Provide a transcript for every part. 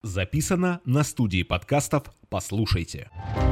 Записано на студии подкастов «Послушайте».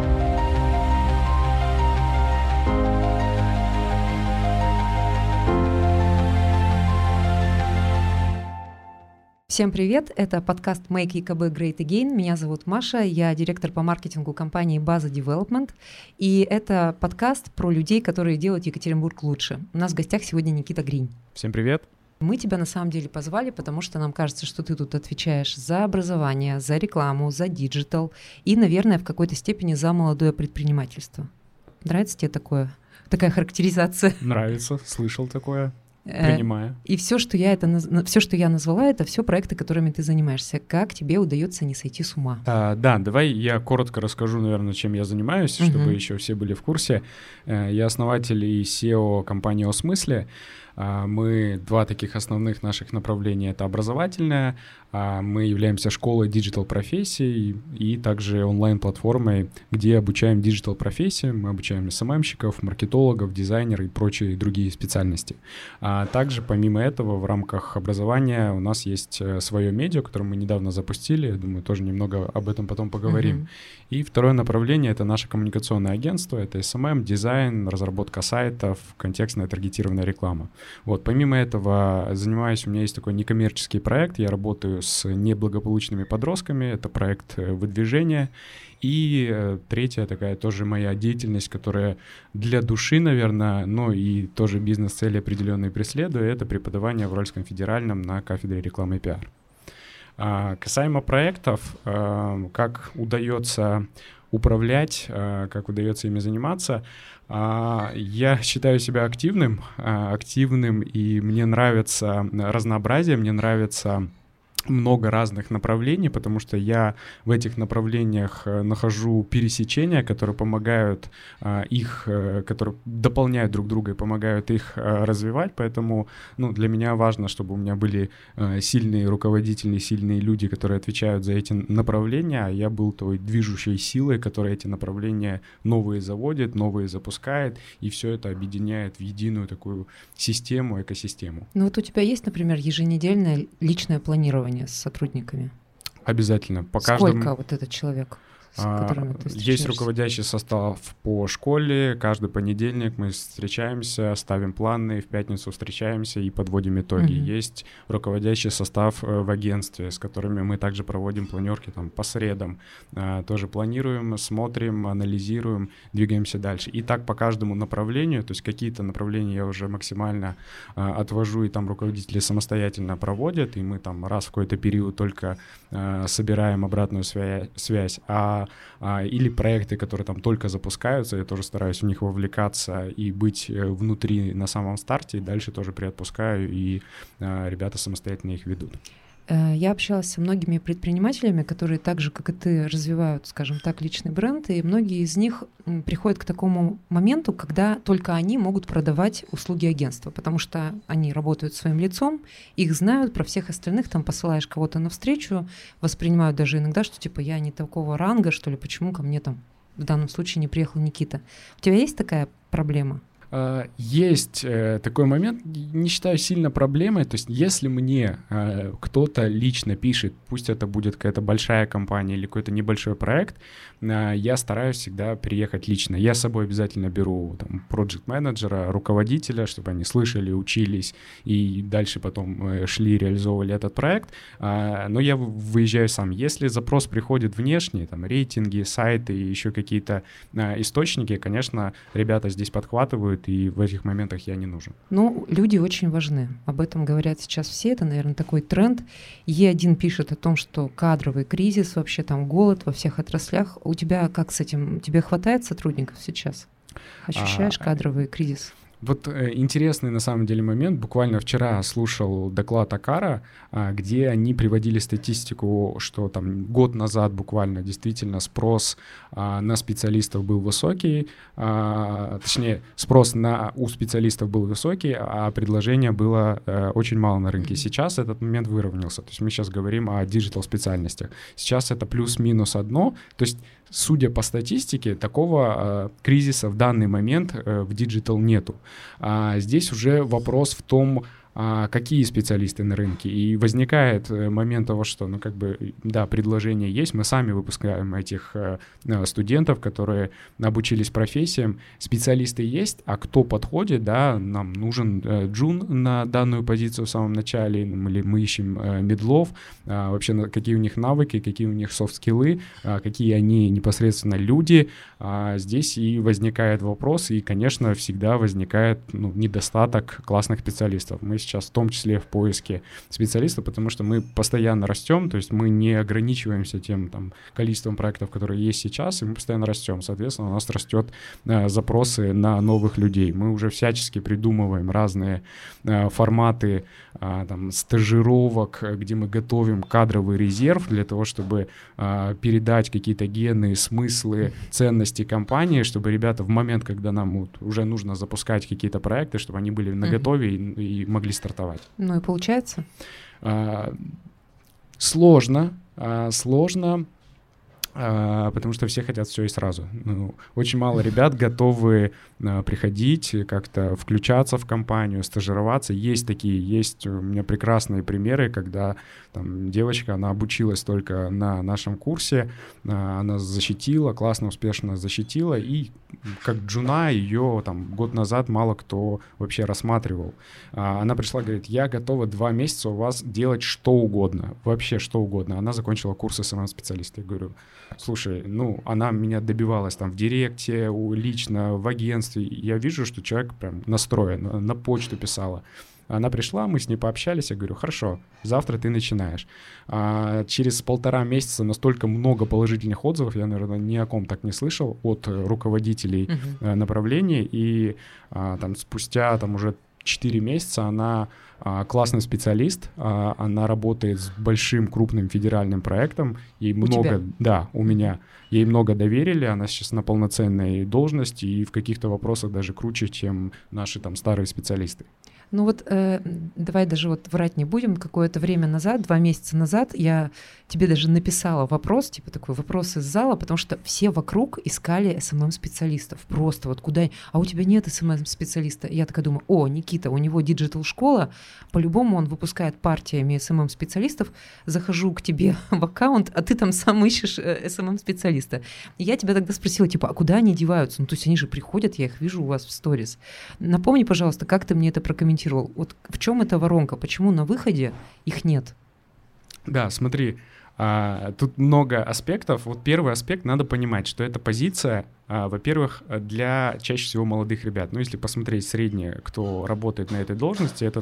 Всем привет, это подкаст Make ЕКБ Great Again. Меня зовут Маша, я директор по маркетингу компании База Development. И это подкаст про людей, которые делают Екатеринбург лучше. У нас в гостях сегодня Никита Гринь. Всем привет. Мы тебя на самом деле позвали, потому что нам кажется, что ты тут отвечаешь за образование, за рекламу, за диджитал и, наверное, в какой-то степени за молодое предпринимательство. Нравится тебе такая характеризация? Нравится, слышал такое, принимаю. И все, что я назвала, это все проекты, которыми ты занимаешься. Как тебе удается не сойти с ума? Давай я коротко расскажу, наверное, чем я занимаюсь, чтобы еще все были в курсе. Я основатель и SEO компании «О смысле». Мы два таких основных наших направления — это образовательное, мы являемся школой диджитал-профессий и также онлайн-платформой, где обучаем диджитал-профессиям, мы обучаем СММщиков, маркетологов, дизайнеров и прочие другие специальности. Также, помимо этого, в рамках образования у нас есть свое медиа, которое мы недавно запустили, я думаю, тоже немного об этом потом поговорим. И второе направление — это наше коммуникационное агентство, это СММ, дизайн, разработка сайтов, контекстная таргетированная реклама. Вот, помимо этого, у меня есть такой некоммерческий проект, я работаю с неблагополучными подростками, это проект выдвижения. И третья такая тоже моя деятельность, которая для души, наверное, но и тоже бизнес-цели определенные преследую, это преподавание в Уральском федеральном на кафедре рекламы и пиар. Касаемо проектов, как удается управлять, как удается ими заниматься, я считаю себя активным, и мне нравится разнообразие, мне нравится много разных направлений, потому что я в этих направлениях нахожу пересечения, которые помогают которые дополняют друг друга и помогают их развивать, поэтому для меня важно, чтобы у меня были сильные руководители, сильные люди, которые отвечают за эти направления, а я был той движущей силой, которая эти направления новые заводит, новые запускает, и все это объединяет в единую такую систему, экосистему. Вот у тебя есть, например, еженедельное личное планирование с сотрудниками? Обязательно. Сколько вот этот человек, с которым ты встречаешься? Есть руководящий состав по школе. Каждый понедельник мы встречаемся, ставим планы, в пятницу встречаемся и подводим итоги. Есть руководящий состав в агентстве, с которыми мы также проводим планерки по средам. Тоже планируем, смотрим, анализируем, двигаемся дальше. И так по каждому направлению, то есть какие-то направления я уже максимально отвожу, и там руководители самостоятельно проводят, и мы раз в какой-то период только собираем обратную связь. Или проекты, которые только запускаются, я тоже стараюсь в них вовлекаться и быть внутри на самом старте, и дальше тоже приотпускаю, и ребята самостоятельно их ведут. Я общалась со многими предпринимателями, которые так же, как и ты, развивают, скажем так, личный бренд, и многие из них приходят к такому моменту, когда только они могут продавать услуги агентства, потому что они работают своим лицом, их знают, про всех остальных посылаешь кого-то навстречу, воспринимают даже иногда, что я не такого ранга, что ли, почему ко мне в данном случае не приехал Никита. У тебя есть такая проблема? Есть такой момент, не считаю сильно проблемой, то есть если мне кто-то лично пишет, пусть это будет какая-то большая компания или какой-то небольшой проект, я стараюсь всегда приехать лично. Я с собой обязательно беру проект-менеджера, руководителя, чтобы они слышали, учились и дальше потом шли, реализовывали этот проект, но я выезжаю сам. Если запрос приходит внешний, рейтинги, сайты и еще какие-то источники, конечно, ребята здесь подхватывают, и в этих моментах я не нужен. Люди очень важны. Об этом говорят сейчас все. Это, наверное, такой тренд. Е1 пишет о том, что кадровый кризис, вообще голод во всех отраслях. У тебя как с этим? Тебе хватает сотрудников сейчас? Ощущаешь кадровый кризис? Вот интересный на самом деле момент. Буквально вчера слушал доклад Акара, где они приводили статистику, что год назад буквально действительно спрос на специалистов был высокий, точнее спрос у специалистов был высокий, а предложения было очень мало на рынке. Сейчас этот момент выровнялся. То есть мы сейчас говорим о диджитал-специальностях. Сейчас это плюс-минус одно. То есть, судя по статистике, такого кризиса в данный момент в диджитал нету. Здесь уже вопрос в том, какие специалисты на рынке. И возникает момент того, что, предложение есть, мы сами выпускаем этих студентов, которые обучились профессиям, специалисты есть, а кто подходит, да, нам нужен джун на данную позицию в самом начале, или мы ищем медлов, вообще какие у них навыки, какие у них софт-скиллы, какие они непосредственно люди. Здесь и возникает вопрос, и, конечно, всегда возникает недостаток классных специалистов. Мы сейчас в том числе в поиске специалистов, потому что мы постоянно растем, то есть мы не ограничиваемся тем количеством проектов, которые есть сейчас, и мы постоянно растем. Соответственно, у нас растет запросы на новых людей. Мы уже всячески придумываем разные форматы стажировок, где мы готовим кадровый резерв для того, чтобы передать какие-то гены, смыслы, ценности компании, чтобы ребята в момент, когда нам уже нужно запускать какие-то проекты, чтобы они были наготове и могли стартовать. Ну и получается? Сложно, потому что все хотят все и сразу. Очень мало ребят готовы приходить, как-то включаться в компанию, стажироваться. Есть у меня прекрасные примеры, когда девочка, она обучилась только на нашем курсе, она защитила, классно, успешно защитила, и как джуна ее год назад мало кто вообще рассматривал. Она пришла, говорит, я готова 2 месяца у вас делать что угодно, вообще что угодно. Она закончила курс СММ-специалиста. Я говорю, слушай, она меня добивалась в директе, лично, в агентстве. Я вижу, что человек прям настроен, на почту писала. Она пришла, мы с ней пообщались, я говорю, хорошо, завтра ты начинаешь. Через 1,5 месяца настолько много положительных отзывов, я, наверное, ни о ком так не слышал, от руководителей направления, и спустя уже 4 месяца она классный специалист, она работает с большим крупным федеральным проектом, ей много, да, у меня, ей много доверили, она сейчас на полноценной должности и в каких-то вопросах даже круче, чем наши старые специалисты. Давай даже врать не будем. Какое-то время назад, 2 месяца назад, я тебе даже написала вопрос, такой вопрос из зала, потому что все вокруг искали СММ-специалистов. Просто куда... А у тебя нет СММ-специалиста. Я такая думаю, Никита, у него диджитал-школа, по-любому он выпускает партиями СММ-специалистов. Захожу к тебе в аккаунт, а ты там сам ищешь СММ-специалиста. И я тебя тогда спросила, а куда они деваются? То есть они же приходят, я их вижу у вас в сторис. Напомни, пожалуйста, как ты мне это прокомментировал? В чем эта воронка? Почему на выходе их нет? Да, смотри, тут много аспектов. Первый аспект, надо понимать, что эта позиция, во-первых, для чаще всего молодых ребят. Если посмотреть среднее, кто работает на этой должности, это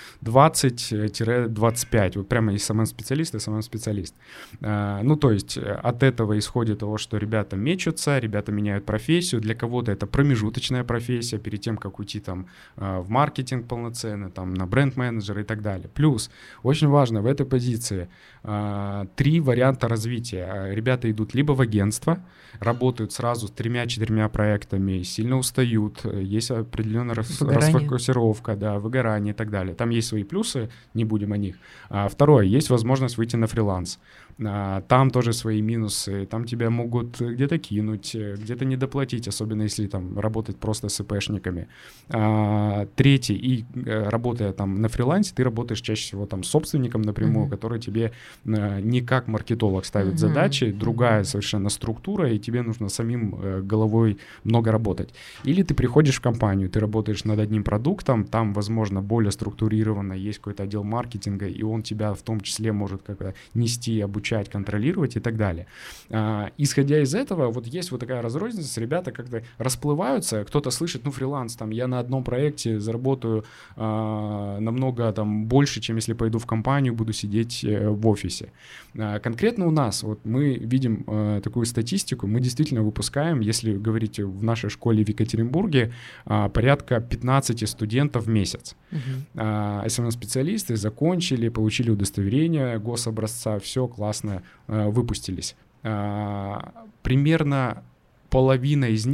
20-25. Прямо и СММ-специалист, и СММ-специалист. То есть от этого исходит того, что ребята мечутся, ребята меняют профессию. Для кого-то это промежуточная профессия перед тем, как уйти в маркетинг полноценный, на бренд-менеджера и так далее. Плюс, очень важно в этой позиции 3 варианта развития. Ребята идут либо в агентство, работают сразу с 3-4 проектами, сильно устают, есть определенная расфокусировка, выгорание и так далее. Там есть свои плюсы, не будем о них. Второе, есть возможность выйти на фриланс. Там тоже свои минусы, там тебя могут где-то кинуть, где-то недоплатить, особенно если работать просто с ИПшниками. Третий, и работая на фрилансе, ты работаешь чаще всего с собственником напрямую, который тебе не как маркетолог ставит задачи, другая совершенно структура, и тебе нужно самим головой много работать. Или ты приходишь в компанию, ты работаешь над одним продуктом, там, возможно, более структурированно, есть какой-то отдел маркетинга, и он тебя в том числе может как-то нести, обучать, контролировать и так далее. Исходя из этого, есть такая разрозненность, ребята как-то расплываются, кто-то слышит, фриланс, я на одном проекте заработаю намного больше, чем если пойду в компанию, буду сидеть в офисе. Конкретно у нас, мы видим такую статистику, мы действительно выпускаем, если говорить в нашей школе в Екатеринбурге, порядка 15 студентов в месяц. СММ-специалисты закончили, получили удостоверение гособразца, все классно выпустились. Примерно половина из них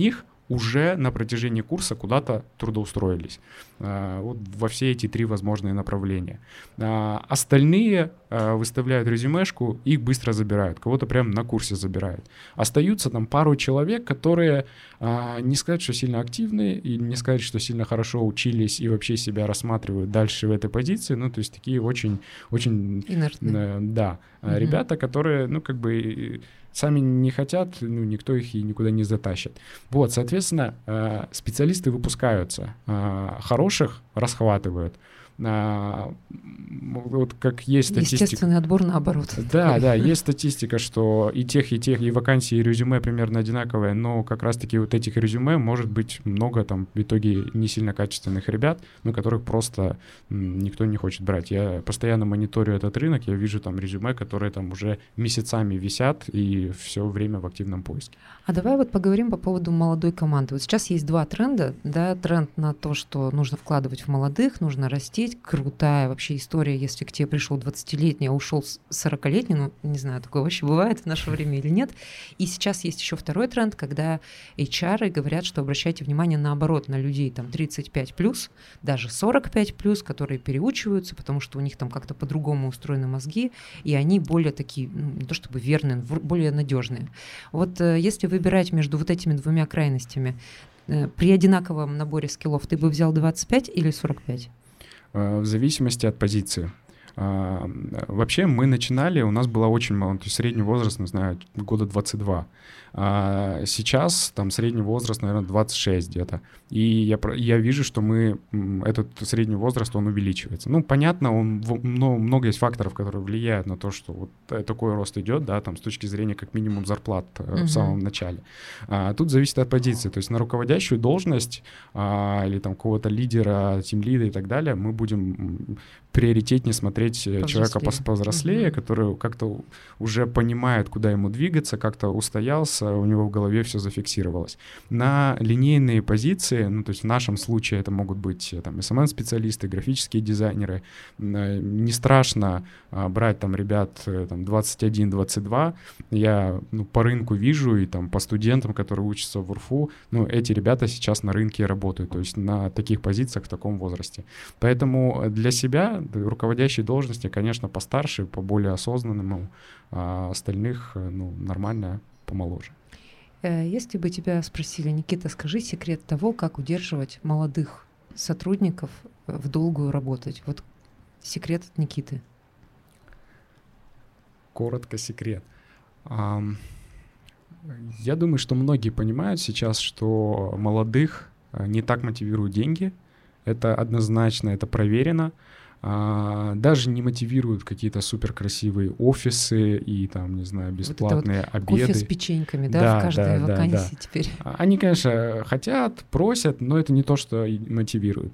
уже на протяжении курса куда-то трудоустроились. Вот во все эти 3 возможные направления. Остальные выставляют резюмешку, их быстро забирают, кого-то прямо на курсе забирают. Остаются там пару человек, которые не сказать, что сильно активные, и не сказать, что сильно хорошо учились и вообще себя рассматривают дальше в этой позиции, ну, то есть такие очень инертные. Да, ребята, которые, ну, как бы сами не хотят, ну, никто их и никуда не затащит. Вот, соответственно, специалисты выпускаются, хороших расхватывают. Вот как есть статистика. Естественный отбор наоборот. Да, есть статистика, что и тех, и вакансии, и резюме примерно одинаковые, но как раз-таки вот этих резюме может быть много там в итоге не сильно качественных ребят, но которых просто никто не хочет брать. Я постоянно мониторю этот рынок, я вижу там резюме, которые там уже месяцами висят и все время в активном поиске. А давай вот поговорим по поводу молодой команды. Вот сейчас есть 2 тренда, да, тренд на то, что нужно вкладывать в молодых, нужно растить. Крутая вообще история, если к тебе пришел 20-летний, а ушел 40-летний, ну, не знаю, такое вообще бывает в наше время или нет. И сейчас есть еще второй тренд, когда HR говорят, что обращайте внимание наоборот на людей там 35+, даже 45+, которые переучиваются, потому что у них там как-то по-другому устроены мозги, и они более такие, ну, не то чтобы верные, более надежные. Вот если выбирать между вот этими 2 крайностями, при одинаковом наборе скиллов ты бы взял 25 или 45? В зависимости от позиции. Вообще мы начинали, у нас было очень мало, то есть средний возраст, не знаю, года 22. Сейчас там средний возраст, наверное, 26 где-то. И я вижу, что этот средний возраст, он увеличивается. Ну, понятно, много есть факторов, которые влияют на то, что вот такой рост идет, да, там с точки зрения как минимум зарплат в самом начале. Тут зависит от позиции. То есть на руководящую должность или там какого-то лидера, тимлида и так далее мы будем приоритетнее смотреть человека повзрослее, который как-то уже понимает, куда ему двигаться, как-то устоялся, у него в голове все зафиксировалось. На линейные позиции, ну, то есть в нашем случае это могут быть там SMM-специалисты, графические дизайнеры, не страшно брать там ребят там 21-22, я по рынку вижу и там по студентам, которые учатся в УРФУ, ну, эти ребята сейчас на рынке работают, то есть на таких позициях в таком возрасте. Поэтому для себя руководящие должности, конечно, постарше, поболее осознанному, а остальных, ну, нормально, помоложе. Если бы тебя спросили, Никита, скажи секрет того, как удерживать молодых сотрудников в долгую работать. Вот секрет от Никиты. Коротко секрет. Я думаю, что многие понимают сейчас, что молодых не так мотивируют деньги. Это однозначно, это проверено. Даже не мотивируют какие-то суперкрасивые офисы и там, не знаю, бесплатные вот обеды. Кофе с печеньками, да, в каждой вакансии теперь. Они, конечно, хотят, просят, но это не то, что мотивирует.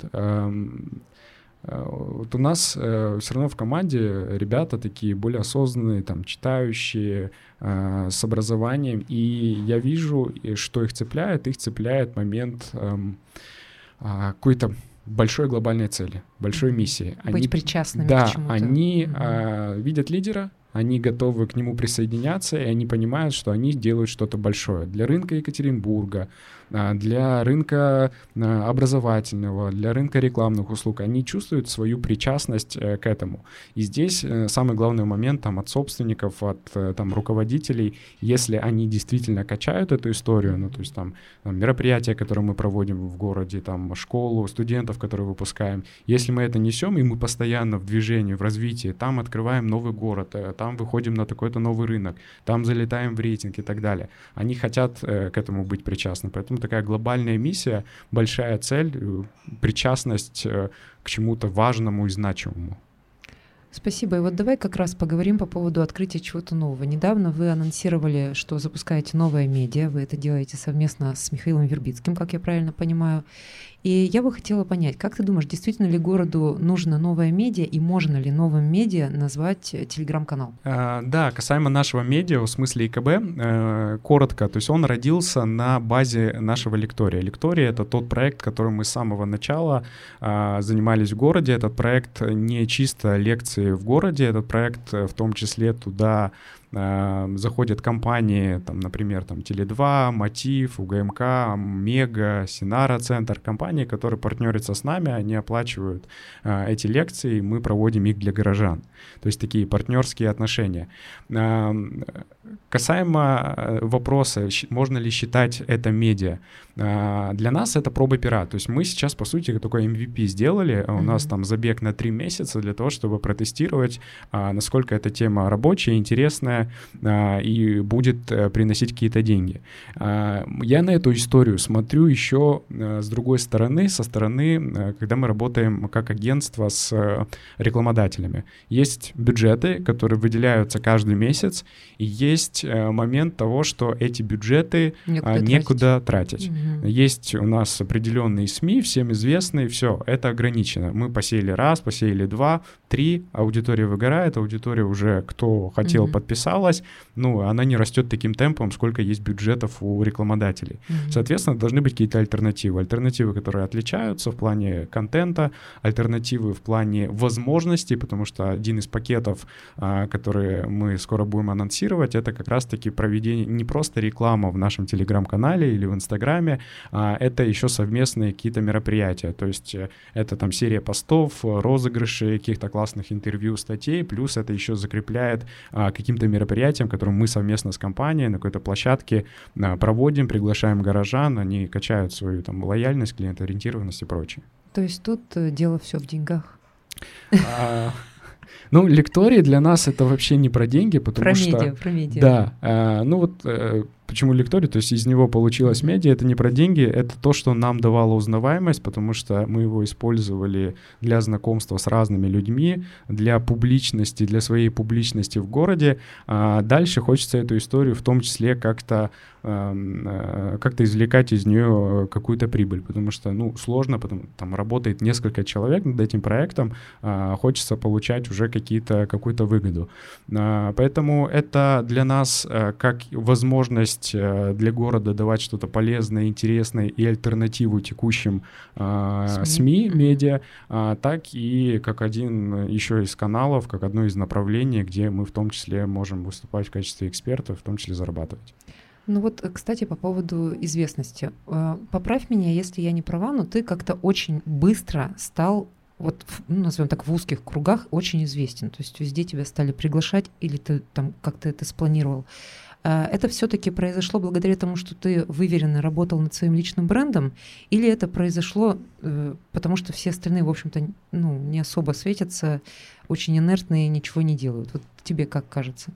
Вот у нас все равно в команде ребята такие более осознанные, там, читающие, с образованием, и я вижу, что их цепляет момент какой-то большой глобальной цели, большой миссии. Быть причастными к чему-то. Они видят лидера, они готовы к нему присоединяться, и они понимают, что они делают что-то большое для рынка Екатеринбурга, для рынка образовательного, для рынка рекламных услуг. Они чувствуют свою причастность к этому. И здесь самый главный момент там, от собственников, от там, руководителей, если они действительно качают эту историю, ну, то есть там мероприятия, которые мы проводим в городе, там, школу, студентов, которые выпускаем, если мы это несем, и мы постоянно в движении, в развитии, там открываем новый город, там выходим на такой-то новый рынок, там залетаем в рейтинг и так далее. Они хотят к этому быть причастны. Поэтому такая глобальная миссия, большая цель, причастность к чему-то важному и значимому. Спасибо. И вот давай как раз поговорим по поводу открытия чего-то нового. Недавно вы анонсировали, что запускаете новое медиа. Вы это делаете совместно с Михаилом Вербицким, как я правильно понимаю. И я бы хотела понять, как ты думаешь, действительно ли городу нужно новое медиа, и можно ли новым медиа назвать телеграм-канал? Да, касаемо нашего медиа, в смысле ИКБ, коротко, то есть он родился на базе нашего Лектория. Лектория — это тот проект, которым мы с самого начала занимались в городе. Этот проект не чисто лекции в городе, этот проект в том числе туда заходят компании, там, например, там, Теле2, Мотив, УГМК, Мега, Синара Центр, компании, которые партнерятся с нами, они оплачивают эти лекции, мы проводим их для горожан. То есть такие партнерские отношения. Касаемо вопроса, можно ли считать это медиа, для нас это проба пера. То есть мы сейчас, по сути, такой MVP сделали. У нас там забег на 3 месяца для того, чтобы протестировать, насколько эта тема рабочая, интересная и будет приносить какие-то деньги. Я на эту историю смотрю еще с другой стороны, со стороны, когда мы работаем как агентство с рекламодателями. Есть бюджеты, которые выделяются каждый месяц, и есть момент того, что эти бюджеты некуда тратить. Есть у нас определенные СМИ, всем известные, все, это ограничено. Мы посеяли раз, посеяли 2, 3, аудитория выгорает, аудитория уже, кто хотел, подписалась, она не растет таким темпом, сколько есть бюджетов у рекламодателей. Соответственно, должны быть какие-то альтернативы. Альтернативы, которые отличаются в плане контента, альтернативы в плане возможностей, потому что один из пакетов, которые мы скоро будем анонсировать, это как раз-таки проведение не просто реклама в нашем телеграм-канале или в Инстаграме, это еще совместные какие-то мероприятия. То есть это там серия постов, розыгрыши, каких-то классных интервью, статей, плюс это еще закрепляет каким-то мероприятиям, которые мы совместно с компанией на какой-то площадке проводим, приглашаем горожан, они качают свою там лояльность, клиентоориентированность и прочее. То есть тут дело все в деньгах? Лектории для нас это вообще не про деньги, потому что... Про медиа. Да, почему лекторий? То есть из него получилось медиа, это не про деньги, это то, что нам давало узнаваемость, потому что мы его использовали для знакомства с разными людьми, для публичности, для своей публичности в городе. Дальше хочется эту историю в том числе как-то извлекать из нее какую-то прибыль, потому что, сложно, там работает несколько человек над этим проектом, хочется получать уже какую-то выгоду. Поэтому это для нас как возможность для города давать что-то полезное, интересное и альтернативу текущим СМИ, медиа, так и как один еще из каналов, как одно из направлений, где мы в том числе можем выступать в качестве экспертов, в том числе зарабатывать. Кстати, по поводу известности. Поправь меня, если я не права, но ты как-то очень быстро стал, назовем так, в узких кругах очень известен. То есть везде тебя стали приглашать, или ты там как-то это спланировал. Это все-таки произошло благодаря тому, что ты выверенно работал над своим личным брендом, или это произошло потому, что все остальные, в общем-то, не особо светятся, очень инертные, ничего не делают? Вот тебе как кажется?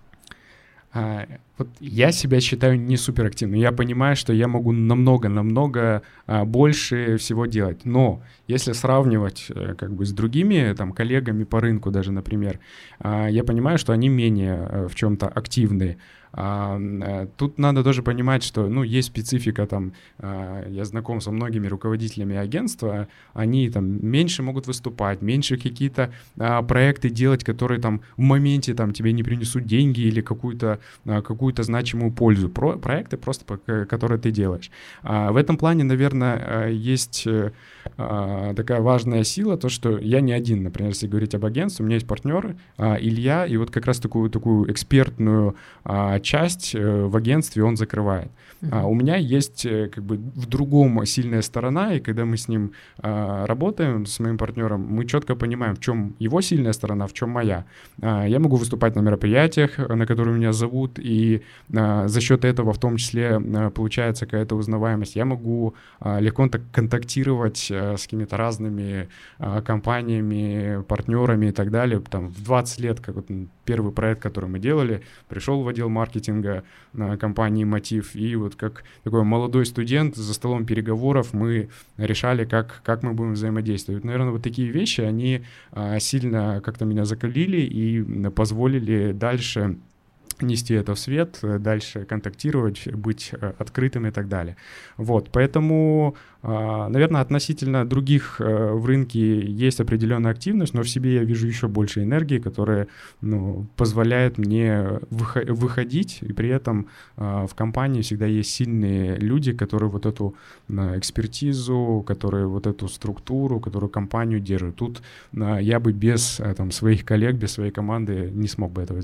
Я себя считаю не суперактивным. Я понимаю, что я могу намного больше всего делать. Но если сравнивать с другими коллегами по рынку даже, например, я понимаю, что они менее в чем-то активны. Тут надо тоже понимать, что есть специфика, я знаком со многими руководителями агентства, они меньше могут выступать, меньше какие-то проекты делать, которые в моменте тебе не принесут деньги или какую-то значимую пользу. Проекты просто, которые ты делаешь. В этом плане, наверное, есть такая важная сила, то, что я не один, например, если говорить об агентстве, у меня есть партнер Илья, и как раз такую экспертную часть в агентстве он закрывает. У меня есть в другом сильная сторона, и когда мы с ним работаем, с моим партнером, мы четко понимаем, в чем его сильная сторона, в чем моя. Я могу выступать на мероприятиях, на которые меня зовут, и за счет этого в том числе получается какая-то узнаваемость. Я могу легко контактировать с какими-то разными компаниями, партнерами и так далее. В 20 лет, первый проект, который мы делали, пришел в отдел маркетинга компании «Мотив», и как такой молодой студент за столом переговоров мы решали, как мы будем взаимодействовать. Наверное, такие вещи, они сильно как-то меня закалили и позволили дальше нести это в свет, дальше контактировать, быть открытым и так далее. Поэтому, наверное, относительно других в рынке есть определенная активность, но в себе я вижу еще больше энергии, которая позволяет мне выходить, и при этом в компании всегда есть сильные люди, которые эту экспертизу, которые эту структуру, которую компанию держат. Тут я бы без своих коллег, без своей команды не смог бы этого сделать.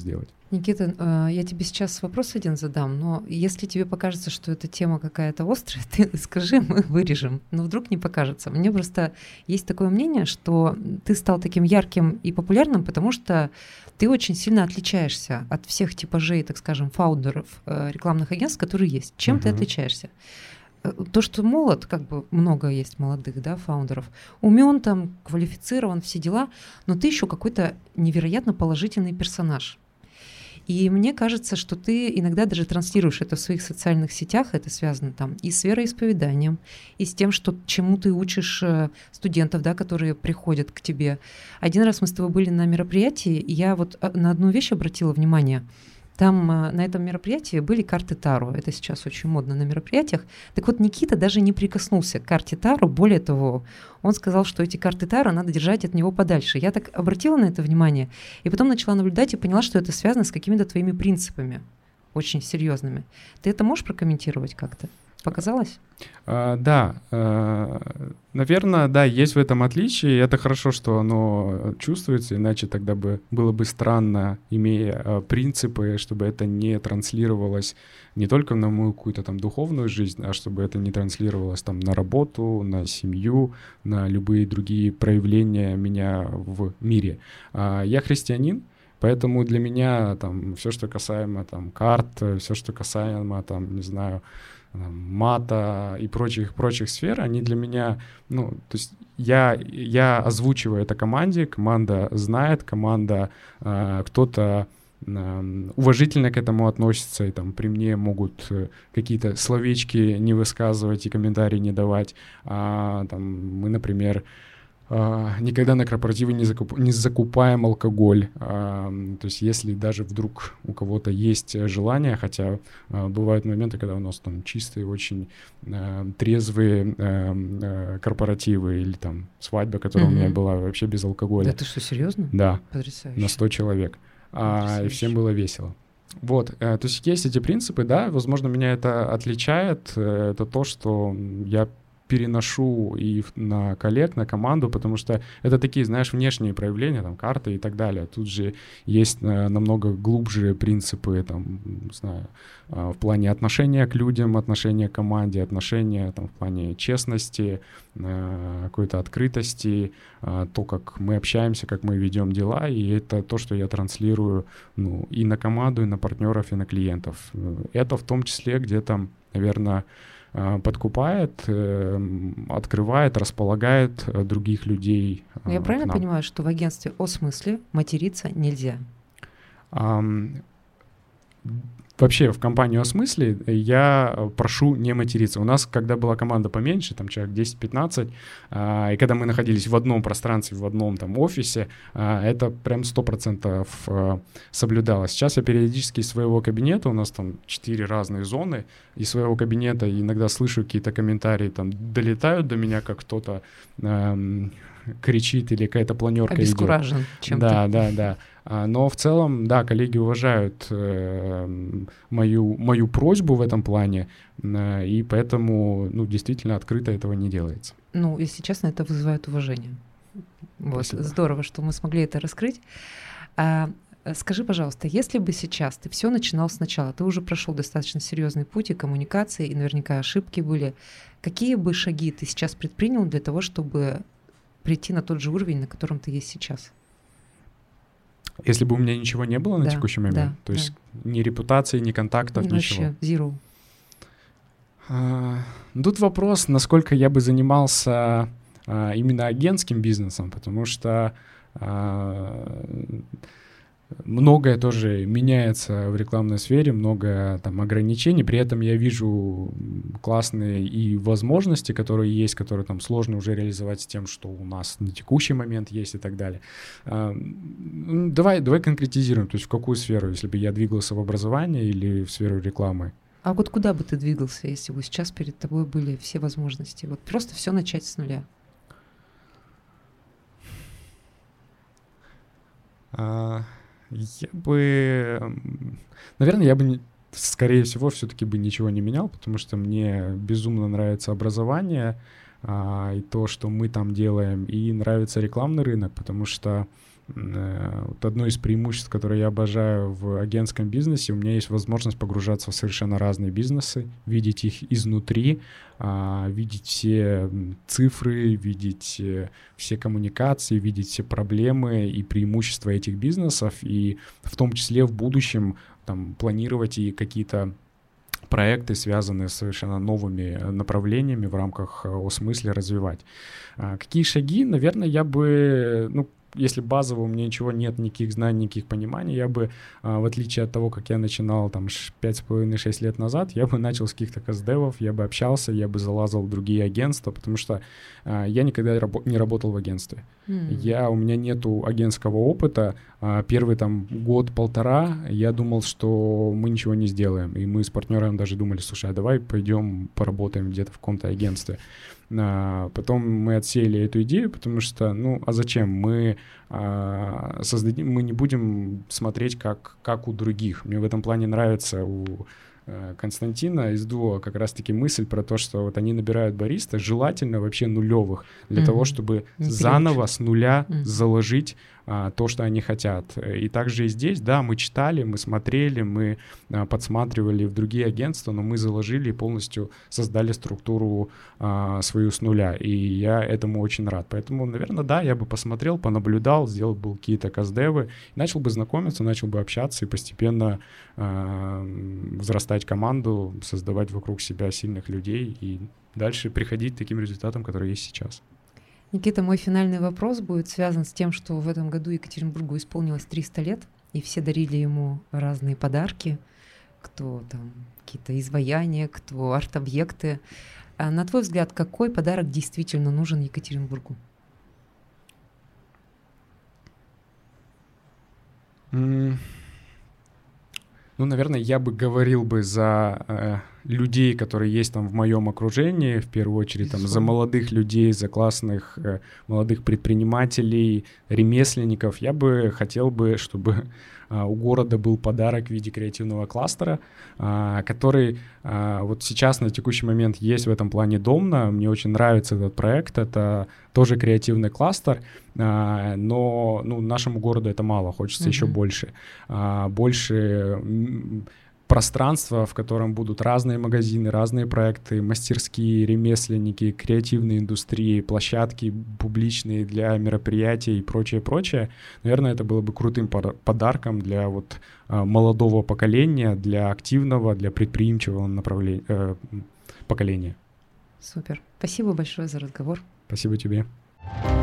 Никита, я тебе сейчас вопрос один задам, но если тебе покажется, что эта тема какая-то острая, ты скажи, мы вырежем, но вдруг не покажется. Мне просто есть такое мнение, что ты стал таким ярким и популярным, потому что ты очень сильно отличаешься от всех типажей, так скажем, фаундеров рекламных агентств, которые есть. Чем ты отличаешься? То, что молод, как бы много есть молодых, да, фаундеров, умен там, квалифицирован, все дела, но ты еще какой-то невероятно положительный персонаж. И мне кажется, что ты иногда даже транслируешь это в своих социальных сетях, это связано там и с вероисповеданием, и с тем, что, чему ты учишь студентов, да, которые приходят к тебе. Один раз мы с тобой были на мероприятии, и я вот на одну вещь обратила внимание. Там на этом мероприятии были карты Таро. Это сейчас очень модно на мероприятиях. Так вот, Никита даже не прикоснулся к карте Таро. Более того, он сказал, что эти карты Таро надо держать от него подальше. Я так обратила на это внимание, и потом начала наблюдать и поняла, что это связано с какими-то твоими принципами, очень серьезными. Ты это можешь прокомментировать как-то? Показалось? Да, наверное, да, есть в этом отличие, и это хорошо, что оно чувствуется, иначе тогда было бы странно, имея принципы, чтобы это не транслировалось не только на мою какую-то там духовную жизнь, а чтобы это не транслировалось там на работу, на семью, на любые другие проявления меня в мире. Я христианин. Поэтому для меня там все, что касаемо там карт, все, что касаемо там, не знаю, мата и прочих сфер, они для меня, ну, то есть я озвучиваю это команде, команда знает, команда, кто-то уважительно к этому относится, и там при мне могут какие-то словечки не высказывать и комментарии не давать. Там мы, например, никогда на корпоративы не закупаем алкоголь. То есть если даже вдруг у кого-то есть желание, хотя бывают моменты, когда у нас там чистые, очень трезвые корпоративы или там свадьба, которая у меня была вообще без алкоголя. Да ты что, серьезно? Да, потрясающе. на 100 человек. И всем было весело. Вот, то есть есть эти принципы, да, возможно, меня это отличает, это то, что я переношу и на коллег, на команду, потому что это такие, знаешь, внешние проявления, там, карты и так далее. Тут же есть намного глубже принципы, там, не знаю, в плане отношения к людям, отношения к команде, отношения там, в плане честности, какой-то открытости, то, как мы общаемся, как мы ведем дела, и это то, что я транслирую, ну, и на команду, и на партнеров, и на клиентов. Это в том числе где-то, наверное, подкупает, открывает, располагает других людей. Я правильно понимаю, что в агентстве «О смысле» материться нельзя? Вообще в компании «О смысле» я прошу не материться. У нас, когда была команда поменьше, там человек 10-15, и когда мы находились в одном пространстве, в одном там офисе, это прям 100% соблюдалось. Сейчас я периодически из своего кабинета, у нас там 4 разные зоны, из своего кабинета иногда слышу какие-то комментарии, там долетают до меня, как кто-то кричит или какая-то планерка идет. Обескуражен чем-то. Да. Но в целом, да, коллеги уважают мою просьбу в этом плане, и поэтому, ну, действительно открыто этого не делается. Ну, если честно, это вызывает уважение. Вот, спасибо. Здорово, что мы смогли это раскрыть. Скажи, пожалуйста, если бы сейчас ты все начинал сначала, ты уже прошел достаточно серьезный путь и коммуникации, и наверняка ошибки были, какие бы шаги ты сейчас предпринял для того, чтобы прийти на тот же уровень, на котором ты есть сейчас? Если бы у меня ничего не было на текущий момент, то есть ни репутации, ни контактов, ничего. Zero. Тут вопрос, насколько я бы занимался именно агентским бизнесом, потому что многое тоже меняется в рекламной сфере, много там ограничений, при этом я вижу классные и возможности, которые есть, которые там сложно уже реализовать с тем, что у нас на текущий момент есть и так далее. Давай конкретизируем, то есть в какую сферу, если бы я двигался в образование или в сферу рекламы? А вот куда бы ты двигался, если бы сейчас перед тобой были все возможности? Вот просто все начать с нуля. Наверное, я бы, скорее всего, все-таки бы ничего не менял, потому что мне безумно нравится образование и то, что мы там делаем, и нравится рекламный рынок, потому что Вот одно из преимуществ, которое я обожаю в агентском бизнесе, у меня есть возможность погружаться в совершенно разные бизнесы, видеть их изнутри, видеть все цифры, видеть все коммуникации, видеть все проблемы и преимущества этих бизнесов, и в том числе в будущем там, планировать и какие-то проекты, связанные с совершенно новыми направлениями в рамках ОСмысля развивать. Какие шаги? Наверное, я бы, если базово у меня ничего нет, никаких знаний, никаких пониманий, я бы, в отличие от того, как я начинал там 5,5-6 лет назад, я бы начал с каких-то каздевов, я бы общался, я бы залазал в другие агентства, потому что я никогда не работал в агентстве. У меня нету агентского опыта. Первый там год-полтора я думал, что мы ничего не сделаем. И мы с партнером даже думали, слушай, а давай пойдем поработаем где-то в каком-то агентстве. Потом мы отсеяли эту идею, потому что, а зачем? Мы не будем смотреть, как у других. Мне в этом плане нравится у Константина из Duo как раз-таки мысль про то, что вот они набирают бариста, желательно вообще нулевых, для того, чтобы заново с нуля заложить то, что они хотят. И также и здесь, да, мы читали, мы смотрели, мы подсматривали в другие агентства, но мы заложили и полностью создали структуру свою с нуля, и я этому очень рад. Поэтому, наверное, да, я бы посмотрел, понаблюдал, сделал бы какие-то каздевы, начал бы знакомиться, начал бы общаться и постепенно взрастать команду, создавать вокруг себя сильных людей и дальше приходить к таким результатам, которые есть сейчас. Никита, мой финальный вопрос будет связан с тем, что в этом году Екатеринбургу исполнилось 300 лет, и все дарили ему разные подарки, кто там какие-то изваяния, кто арт-объекты. А на твой взгляд, какой подарок действительно нужен Екатеринбургу? Наверное, я бы говорил бы за людей, которые есть там в моем окружении, в первую очередь там, за молодых людей, за классных молодых предпринимателей, ремесленников. Я бы хотел бы, чтобы у города был подарок в виде креативного кластера, который вот сейчас на текущий момент есть в этом плане Домна. Мне очень нравится этот проект. Это тоже креативный кластер, но нашему городу это мало, хочется еще больше. Больше пространство, в котором будут разные магазины, разные проекты, мастерские, ремесленники, креативные индустрии, площадки публичные для мероприятий и прочее. Наверное, это было бы крутым подарком для вот молодого поколения, для активного, для предприимчивого поколения. Супер. Спасибо большое за разговор. Спасибо тебе.